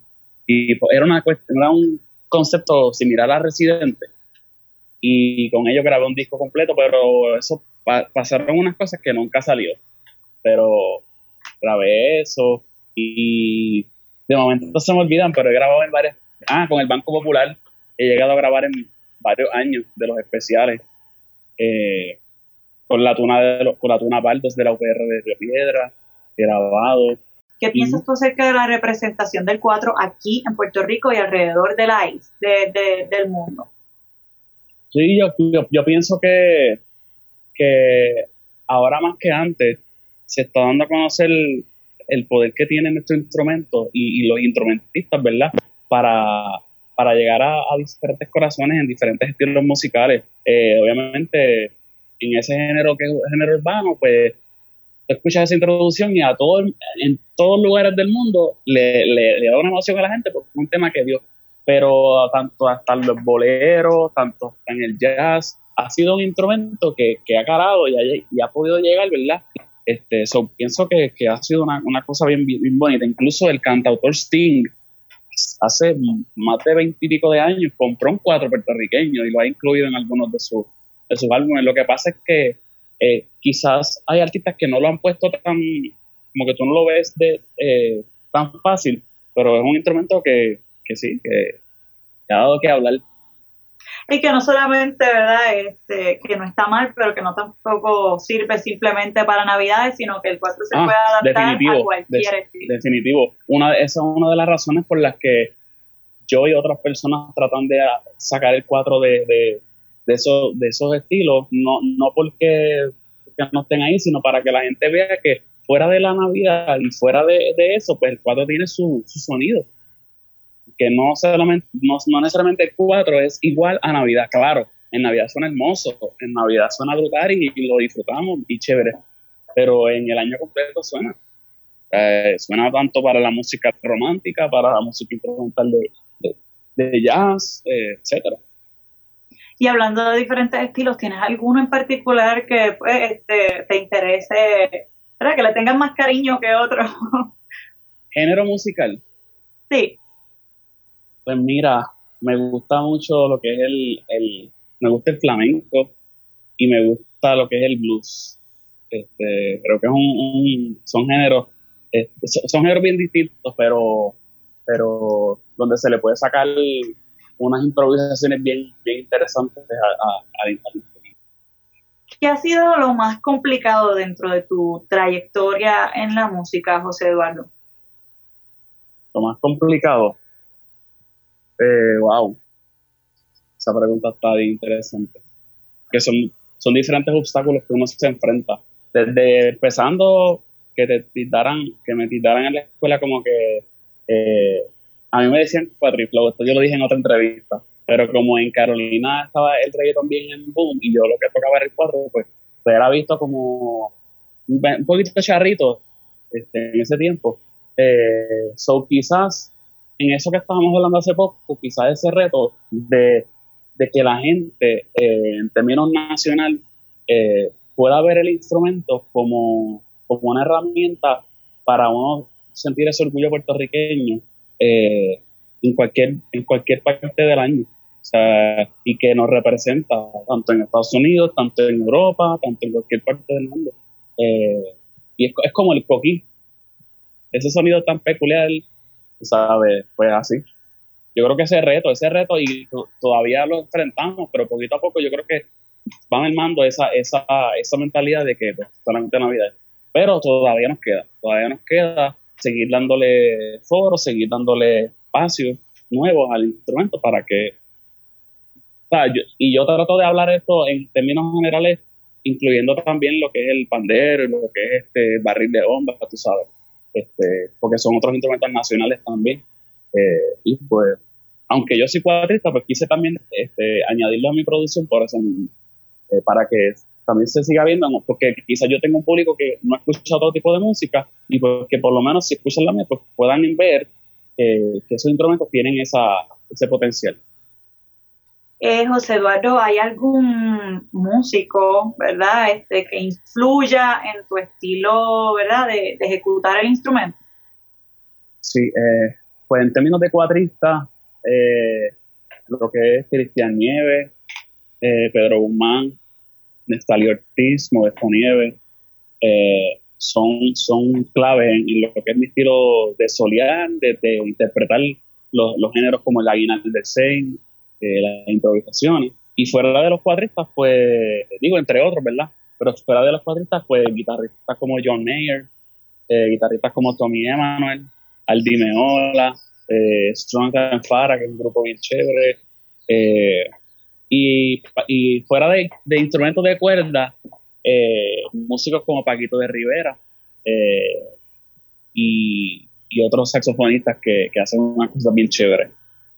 era un concepto similar a Residente, y con ellos grabé un disco completo, pero eso pasaron unas cosas que nunca salió, pero grabé eso y de momento se me olvidan, pero he grabado en varias. Con el Banco Popular he llegado a grabar en varios años de los especiales, con la Tuna Baldos de la UPR de Río Piedra, he grabado. ¿Qué piensas tú acerca de la representación del 4 aquí en Puerto Rico y alrededor de la isla, del mundo? Sí, yo pienso que ahora más que antes se está dando a conocer el poder que tiene nuestro instrumento y los instrumentistas, ¿verdad? Para llegar a diferentes corazones en diferentes estilos musicales. Obviamente, en ese género que es género urbano, pues tú escuchas esa introducción y en todos lugares del mundo le da una emoción a la gente porque es un tema que dio. Pero tanto hasta los boleros, tanto en el jazz, ha sido un instrumento que ha calado y ha podido llegar, ¿verdad? Pienso que ha sido una cosa bien bonita. Incluso el cantautor Sting, hace más de 20 y pico de años, compró un 4 puertorriqueño y lo ha incluido en algunos de sus álbumes. Lo que pasa es que quizás hay artistas que no lo han puesto como que tú no lo ves tan fácil, pero es un instrumento que sí, que ha dado que hablar. Y que no solamente, ¿verdad? Que no está mal, pero que no tampoco sirve simplemente para Navidades, sino que el 4 se puede adaptar a cualquier estilo. Definitivo. Esa es una de las razones por las que yo y otras personas tratan de sacar el 4 de esos estilos, no porque no estén ahí, sino para que la gente vea que fuera de la Navidad y fuera de eso, pues el 4 tiene su sonido. Que no necesariamente el 4 es igual a Navidad. Claro, en Navidad suena hermoso, en Navidad suena brutal y lo disfrutamos y chévere, pero en el año completo suena tanto para la música romántica, para la música instrumental de jazz, etcétera. Y hablando de diferentes estilos, ¿tienes alguno en particular que pues, te interese, ¿verdad? Que le tengas más cariño que otro? ¿Género musical? Sí. Pues mira, me gusta mucho lo que es me gusta el flamenco y me gusta lo que es el blues. Creo que son géneros bien distintos, pero donde se le puede sacar unas improvisaciones bien interesantes al instrumento. ¿Qué ha sido lo más complicado dentro de tu trayectoria en la música, José Eduardo? Lo más complicado, wow, esa pregunta está bien interesante, que son diferentes obstáculos que uno se enfrenta, desde empezando que me tildaran en la escuela como que a mí me decían cuatriflow, esto yo lo dije en otra entrevista, pero como en Carolina estaba el reggaetón bien en boom y yo lo que tocaba era el 4, pues era visto como un poquito charrito en ese tiempo. Quizás en eso que estábamos hablando hace poco, quizás ese reto de que la gente en términos nacional pueda ver el instrumento como una herramienta para uno sentir ese orgullo puertorriqueño en cualquier parte del año, o sea, y que nos representa tanto en Estados Unidos, tanto en Europa, tanto en cualquier parte del mundo, y es como el coquí, ese sonido tan peculiar, ¿sabes? Pues así. Yo creo que ese reto y todavía lo enfrentamos, pero poquito a poco yo creo que van armando esa mentalidad de que pues, solamente Navidad. Pero todavía nos queda seguir dándole foros, seguir dándole espacios nuevos al instrumento para que, o sea, yo trato de hablar esto en términos generales, incluyendo también lo que es el pandero, lo que es el barril de onda, tú sabes, porque son otros instrumentos nacionales también, y pues, aunque yo soy cuatrista, pues quise también añadirlo a mi producción por eso, para que también se siga viendo, ¿no? Porque quizás yo tengo un público que no escucha todo tipo de música y pues que por lo menos si escuchan la mía, pues puedan ver que esos instrumentos tienen ese potencial. José Eduardo, ¿hay algún músico, verdad, que influya en tu estilo, verdad, de ejecutar el instrumento? Sí, pues en términos de cuatrista, lo que es Cristian Nieves, Pedro Guzmán, Nestalí Ortiz, Modesto Nieves, son claves en lo que es mi estilo de solear, de interpretar los géneros como el aguinaldo del Sein, las improvisaciones. Y fuera de los cuatristas, pues, digo, entre otros, ¿verdad? Pero fuera de los cuatristas, pues, guitarristas como John Mayer, guitarristas como Tommy Emmanuel, Aldi Meola, Strong and Fara, que es un grupo bien chévere, y fuera de instrumentos de cuerda, músicos como Paquito de Rivera y otros saxofonistas que hacen unas cosas bien chéveres.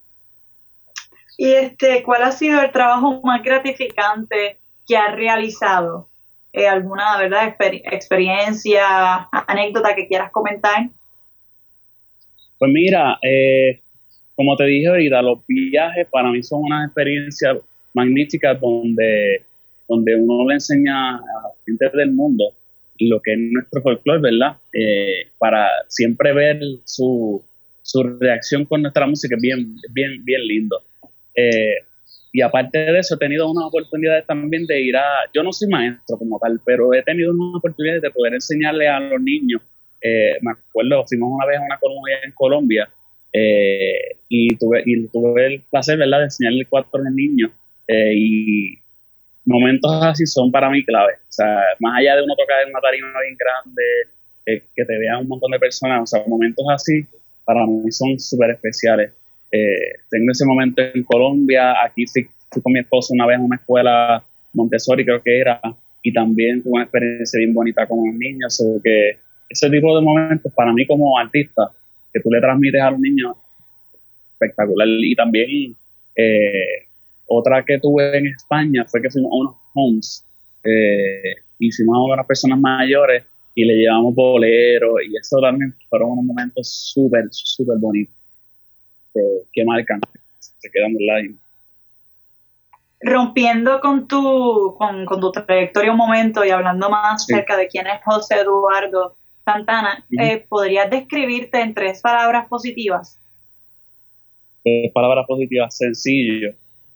¿Y cuál ha sido el trabajo más gratificante que has realizado? ¿Alguna, verdad, experiencia, anécdota que quieras comentar? Pues mira, como te dije ahorita, los viajes para mí son una experiencia magnífica donde uno le enseña a gente del mundo lo que es nuestro folclore, ¿verdad? Para siempre ver su reacción con nuestra música es bien lindo. Y aparte de eso, he tenido unas oportunidades también de ir yo no soy maestro como tal, pero he tenido unas oportunidades de poder enseñarle a los niños. Me acuerdo, fuimos una vez a una comunidad en Colombia tuve el placer, ¿verdad?, de enseñarle el cuatro a los niños, y momentos así son para mí clave. O sea, más allá de uno tocar en una tarima bien grande, que te vean un montón de personas, o sea, momentos así para mí son súper especiales. Tengo ese momento en Colombia, aquí fui con mi esposo una vez a una escuela Montessori, creo que era, y también tuve una experiencia bien bonita con los niños, o que ese tipo de momentos para mí como artista, que tú le transmites a los niños, espectacular. Y también otra que tuve en España fue que fuimos a unos homes, y fuimos a unas personas mayores y le llevamos boleros, y eso también fueron unos momentos súper, súper bonitos, que marcan, se quedan en la. Rompiendo con tu trayectoria un momento y hablando más acerca de quién es José Eduardo Santana, ¿podrías describirte en 3 palabras positivas? Palabras positivas: sencillo,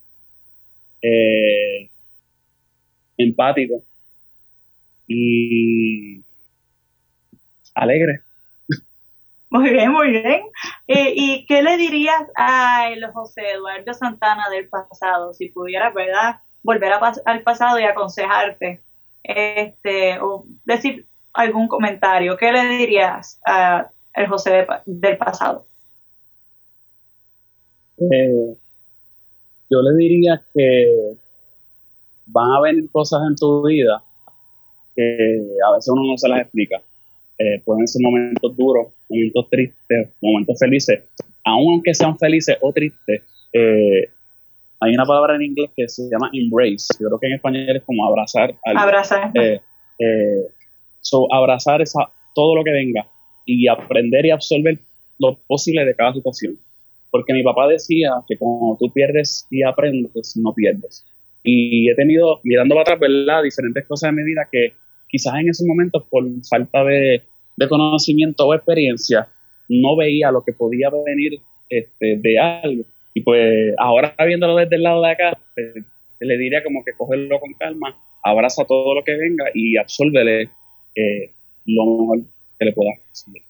empático y alegre. Muy bien, muy bien. ¿Y qué le dirías a el José Eduardo Santana del pasado, si pudieras, ¿verdad?, volver al pasado y aconsejarte, o decir algún comentario? ¿Qué le dirías a el José del pasado? Yo le diría que van a venir cosas en tu vida que a veces uno no se las explica. Pueden ser momentos duros, momentos tristes, momentos felices. Aunque sean felices o tristes, hay una palabra en inglés que se llama embrace. Yo creo que en español es como abrazar algo. Abrazar. Abrazar todo lo que venga y aprender y absorber lo posible de cada situación. Porque mi papá decía que cuando tú pierdes y aprendes, no pierdes. Y he tenido, mirando para atrás, ¿verdad?, diferentes cosas en mi vida que quizás en esos momentos, por falta de conocimiento o experiencia, no veía lo que podía venir de algo. Y pues ahora, viéndolo desde el lado de acá, le diría como que cogerlo con calma, abraza todo lo que venga y absórbele lo mejor que le puedas recibir.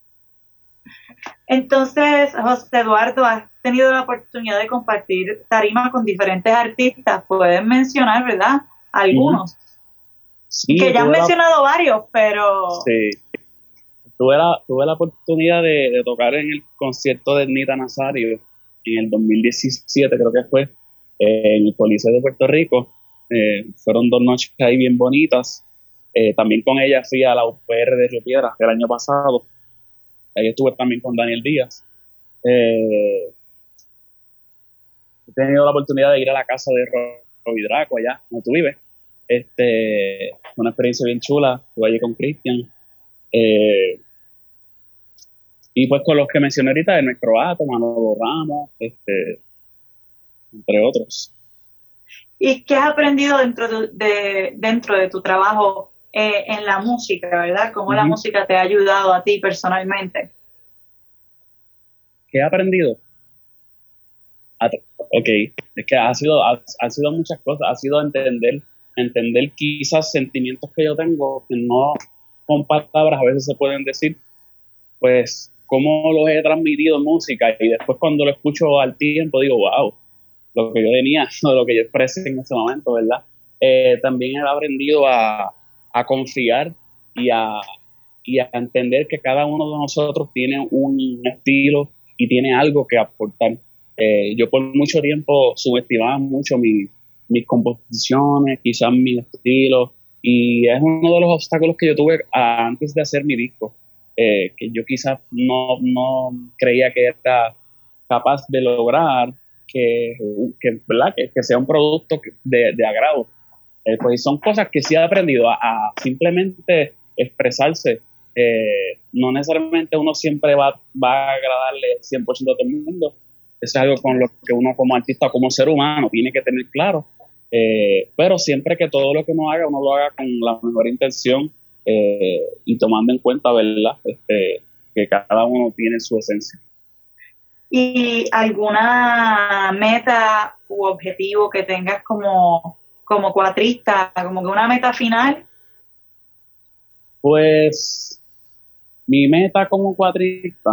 Entonces, José Eduardo, has tenido la oportunidad de compartir tarima con diferentes artistas. Puedes mencionar, ¿verdad?, algunos. Sí, que ya han mencionado varios, pero... Sí. Tuve la oportunidad de tocar en el concierto de Nita Nazario en el 2017, creo que fue, en el Coliseo de Puerto Rico. Fueron 2 noches ahí bien bonitas. También con ella fui a la UPR de Río Piedras el año pasado. Ahí estuve también con Daniel Díaz. He tenido la oportunidad de ir a la casa de Robbie Draco allá, donde tú vives. Una experiencia bien chula. Estuve allí con Cristian. Y pues con los que mencioné ahorita, el Croato, Manolo Ramos, entre otros. ¿Y qué has aprendido dentro de tu trabajo en la música, verdad? ¿Cómo la música te ha ayudado a ti personalmente? ¿Qué he aprendido? Ok, es que ha sido muchas cosas. Ha sido entender quizás sentimientos que yo tengo que no con palabras a veces se pueden decir, pues cómo los he transmitido en música, y después cuando lo escucho al tiempo digo, wow, lo que yo tenía, lo que yo expresé en ese momento, ¿verdad? También he aprendido a confiar y a entender que cada uno de nosotros tiene un estilo y tiene algo que aportar. Yo por mucho tiempo subestimaba mucho mis composiciones, quizás mi estilo, y es uno de los obstáculos que yo tuve antes de hacer mi disco, que yo quizás no creía que era capaz de lograr ¿verdad? Que sea un producto de agrado. Pues son cosas que sí he aprendido a simplemente expresarse. No necesariamente uno siempre va a agradarle 100% a todo el mundo. Eso es algo con lo que uno como artista, como ser humano, tiene que tener claro. Pero siempre que todo lo que uno haga, uno lo haga con la mejor intención, y tomando en cuenta, ¿verdad?, que cada uno tiene su esencia. ¿Y alguna meta u objetivo que tengas como cuatrista, como que una meta final? Pues mi meta como cuatrista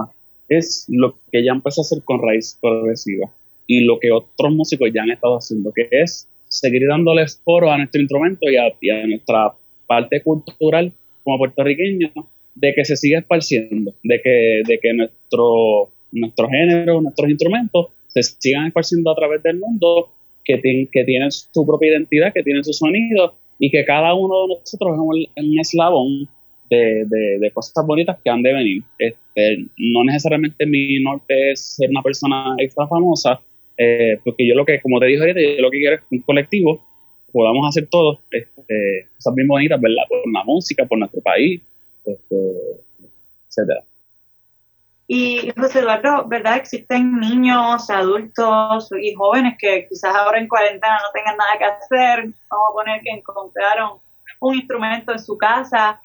es lo que ella empezó a hacer con Raíz Progresiva y lo que otros músicos ya han estado haciendo, que es seguir dándole foro a nuestro instrumento y a nuestra parte cultural como puertorriqueños, de que se siga esparciendo, de que nuestro género, nuestros instrumentos se sigan esparciendo a través del mundo, que tienen su propia identidad, que tienen su sonido, y que cada uno de nosotros es un eslabón de cosas bonitas que han de venir. No necesariamente mi norte es ser una persona extra famosa, porque yo como te dije ahorita, yo lo que quiero es un colectivo, podamos hacer todos cosas bien bonitas, ¿verdad? Por la música, por nuestro país, etcétera. Y José Eduardo, ¿verdad? Existen niños, adultos y jóvenes que quizás ahora en cuarentena no tengan nada que hacer, vamos a poner que encontraron un instrumento en su casa,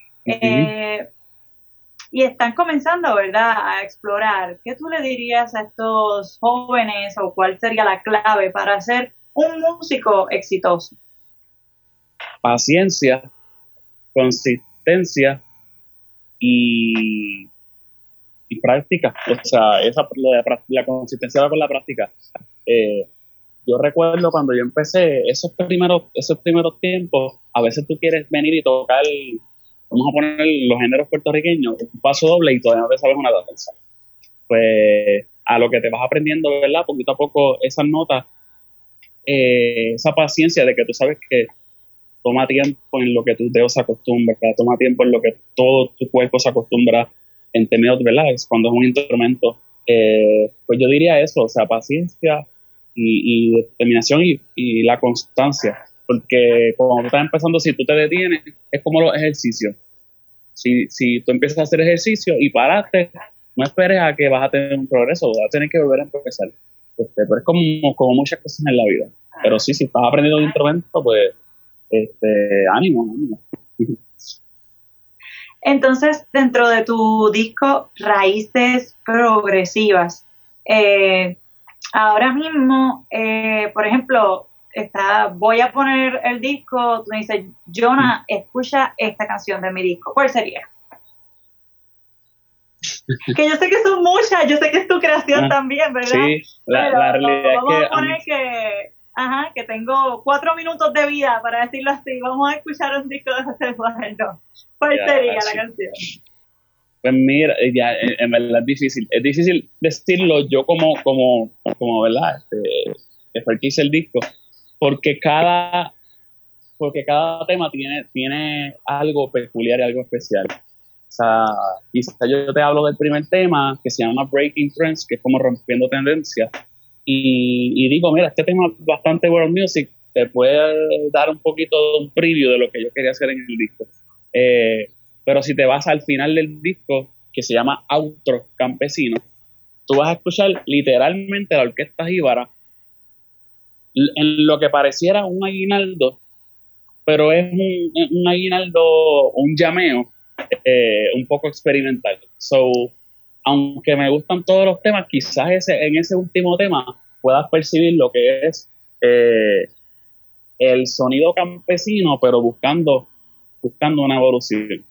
y están comenzando, ¿verdad?, a explorar. ¿Qué tú le dirías a estos jóvenes o cuál sería la clave para ser un músico exitoso? Paciencia, consistencia y práctica. O sea, la consistencia va con la práctica. Yo recuerdo cuando yo empecé esos primeros tiempos, a veces tú quieres venir y tocar, vamos a poner los géneros puertorriqueños, un paso doble y todavía no te sabes una danza. Pues a lo que te vas aprendiendo, ¿verdad? Poquito a poco esas notas, esa paciencia de que tú sabes que toma tiempo en lo que tus dedos se acostumbran, toma tiempo en lo que todo tu cuerpo se acostumbra en términos, ¿verdad? Cuando es un instrumento. Pues yo diría eso, o sea, paciencia y determinación y la constancia, porque cuando tú estás empezando, si tú te detienes, es como los ejercicios. Si tú empiezas a hacer ejercicio y paraste, no esperes a que vas a tener un progreso, vas a tener que volver a empezar. Pero es como muchas cosas en la vida. Pero sí, si estás aprendiendo un instrumento, pues ánimo. Entonces, dentro de tu disco Raíces Progresivas, ahora mismo, por ejemplo, voy a poner el disco, tú me dices, Jonah, escucha esta canción de mi disco. ¿Cuál sería? Que yo sé que son muchas, yo sé que es tu creación también, ¿verdad? Sí, la realidad vamos es que a poner que tengo 4 minutos de vida, para decirlo así. Vamos a escuchar un disco de José Eduardo. ¿Cuál sería la canción? Pues mira, ya en verdad es difícil decirlo yo como ¿verdad? Que fue el que hice el disco, porque cada tema tiene algo peculiar y algo especial. O sea, quizás yo te hablo del primer tema, que se llama Breaking Trends, que es como rompiendo tendencias, y digo, mira, este tema es bastante world music, te puede dar un poquito de un preview de lo que yo quería hacer en el disco. Pero si te vas al final del disco, que se llama Outro Campesino, tú vas a escuchar literalmente la orquesta jíbara en lo que pareciera un aguinaldo, pero es un aguinaldo, un llameo un poco experimental. So, aunque me gustan todos los temas, quizás en ese último tema puedas percibir lo que es el sonido campesino, pero buscando una evolución.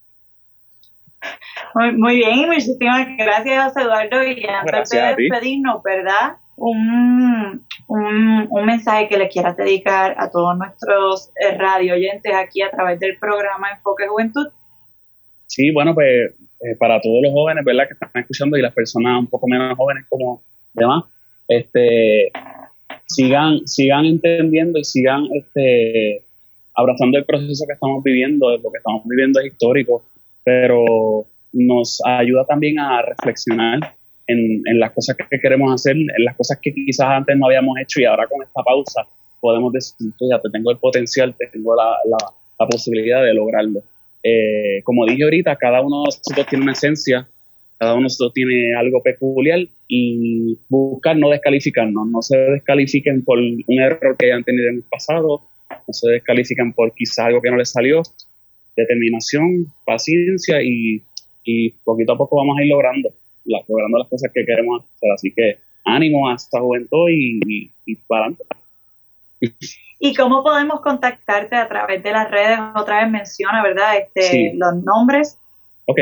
Muy bien, muchísimas gracias, José Eduardo. Y antes de despedirnos, ¿verdad? Un mensaje que le quieras dedicar a todos nuestros radio oyentes aquí a través del programa Enfoque Juventud. Sí, bueno, pues para todos los jóvenes, ¿verdad?, que están escuchando y las personas un poco menos jóvenes como demás, sigan entendiendo y sigan abrazando el proceso que estamos viviendo. Lo que estamos viviendo es histórico, pero nos ayuda también a reflexionar en las cosas que queremos hacer, en las cosas que quizás antes no habíamos hecho, y ahora con esta pausa podemos decir, ya tengo el potencial, tengo la posibilidad de lograrlo. Como dije ahorita, cada uno de nosotros tiene una esencia, cada uno de nosotros tiene algo peculiar, y buscar no descalificarnos, no se descalifiquen por un error que hayan tenido en el pasado, no se descalifican por quizás algo que no les salió. Determinación, paciencia y poquito a poco vamos a ir logrando las cosas que queremos hacer. Así que ánimo a esta juventud y para adelante. ¿Y cómo podemos contactarte a través de las redes? Otra vez menciona, ¿verdad? Sí. Los nombres. Ok,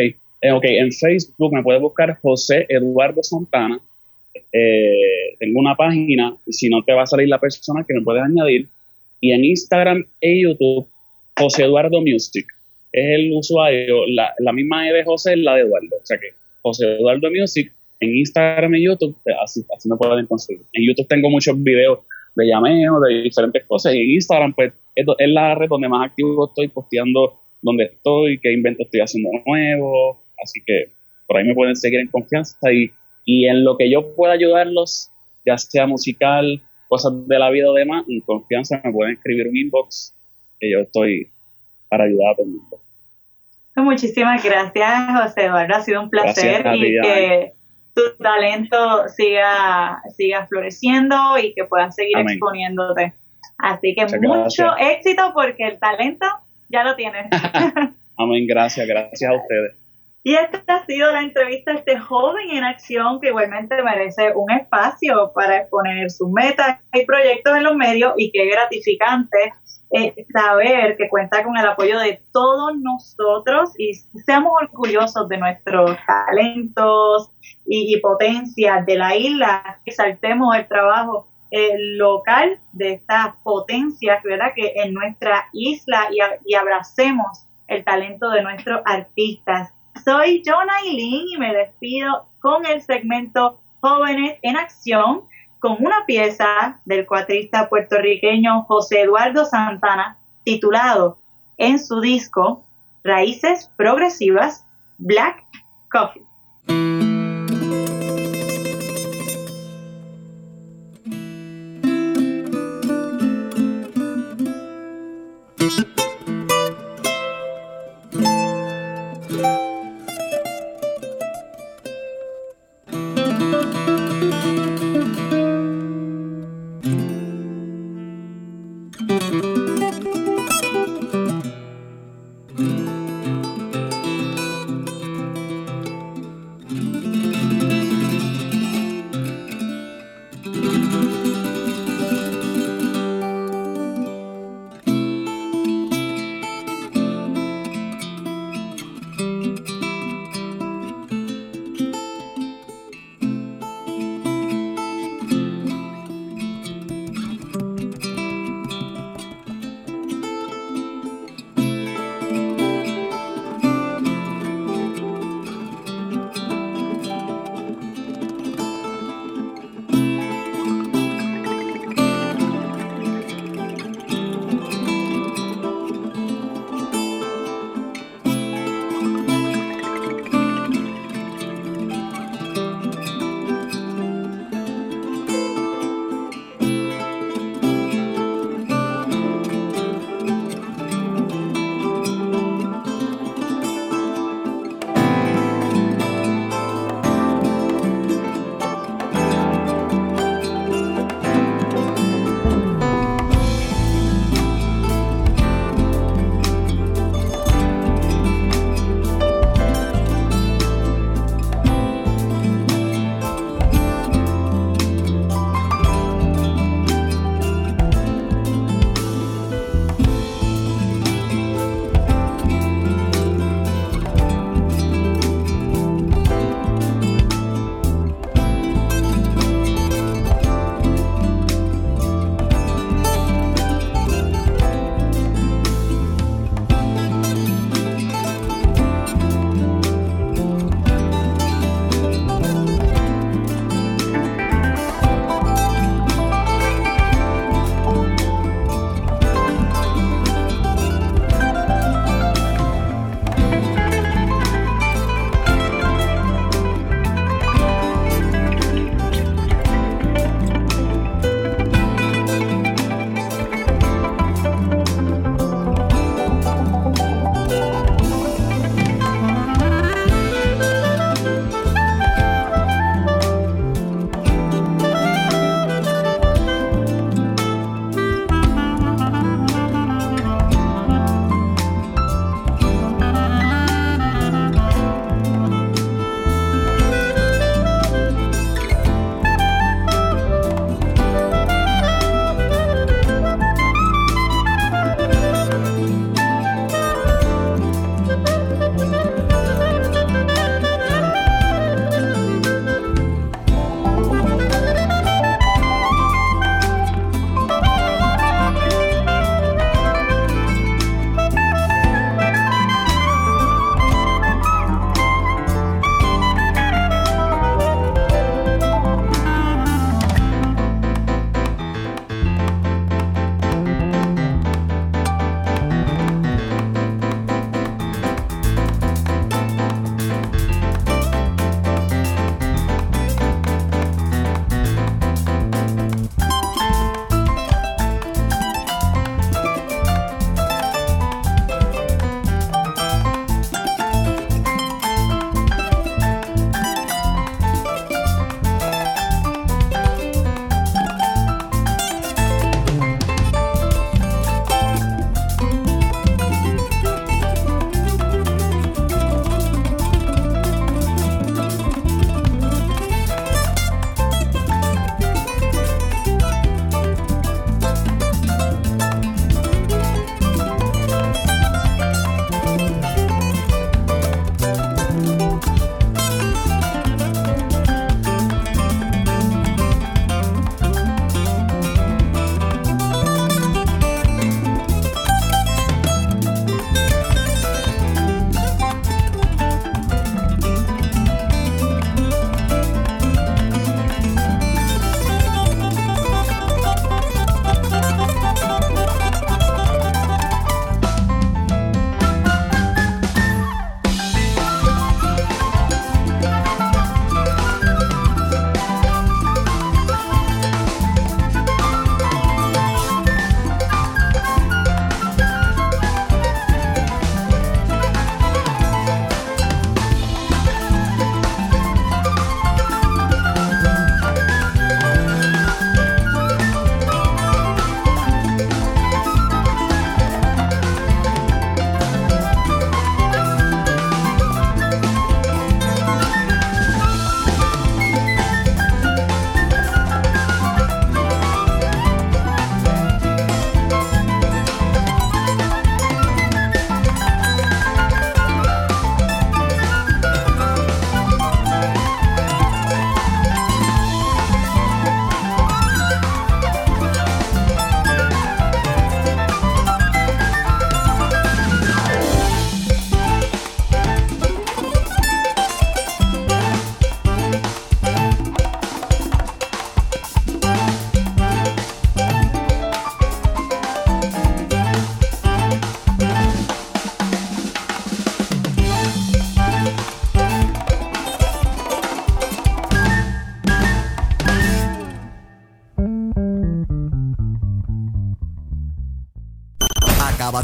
Ok, en Facebook me puedes buscar José Eduardo Santana. Tengo una página, y si no te va a salir la persona que me puedes añadir. Y en Instagram e YouTube, José Eduardo Music. Es el usuario, la misma E de José es la de Eduardo. O sea que José Eduardo Music en Instagram y YouTube, así me pueden conseguir. En YouTube tengo muchos videos de llameo, de diferentes cosas. Y en Instagram, pues, es la red donde más activo estoy, posteando dónde estoy, qué invento estoy haciendo nuevo. Así que por ahí me pueden seguir en confianza. Y en lo que yo pueda ayudarlos, ya sea musical, cosas de la vida o demás, en confianza me pueden escribir un inbox, que yo estoy para ayudar a todo el mundo. Muchísimas gracias, José Eduardo. Ha sido un placer y que tu talento siga floreciendo y que puedas seguir exponiéndote. Así que mucho éxito, porque el talento ya lo tienes. Amén, gracias a ustedes. Y esta ha sido la entrevista a este joven en acción que igualmente merece un espacio para exponer sus metas y proyectos en los medios, y qué gratificante saber que cuenta con el apoyo de todos nosotros y seamos orgullosos de nuestros talentos y potencias de la isla. Exaltemos el trabajo local de estas potencias, ¿verdad?, que en nuestra isla, y abracemos el talento de nuestros artistas. Soy Jonailin y me despido con el segmento Jóvenes en Acción, con una pieza del cuatrista puertorriqueño José Eduardo Santana, titulado en su disco Raíces Progresivas, Black Coffee.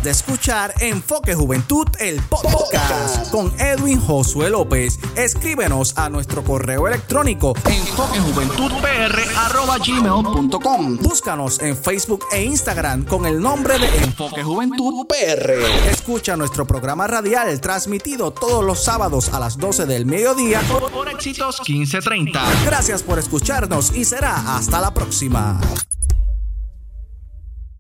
de escuchar Enfoque Juventud, el podcast con Edwin Josué López. Escríbenos a nuestro correo electrónico enfoquejuventudpr@gmail.com. Búscanos en Facebook e Instagram con el nombre de Enfoque Juventud PR. Escucha nuestro programa radial transmitido todos los sábados a las 12 del mediodía por Éxitos 1530. Gracias por escucharnos y será hasta la próxima.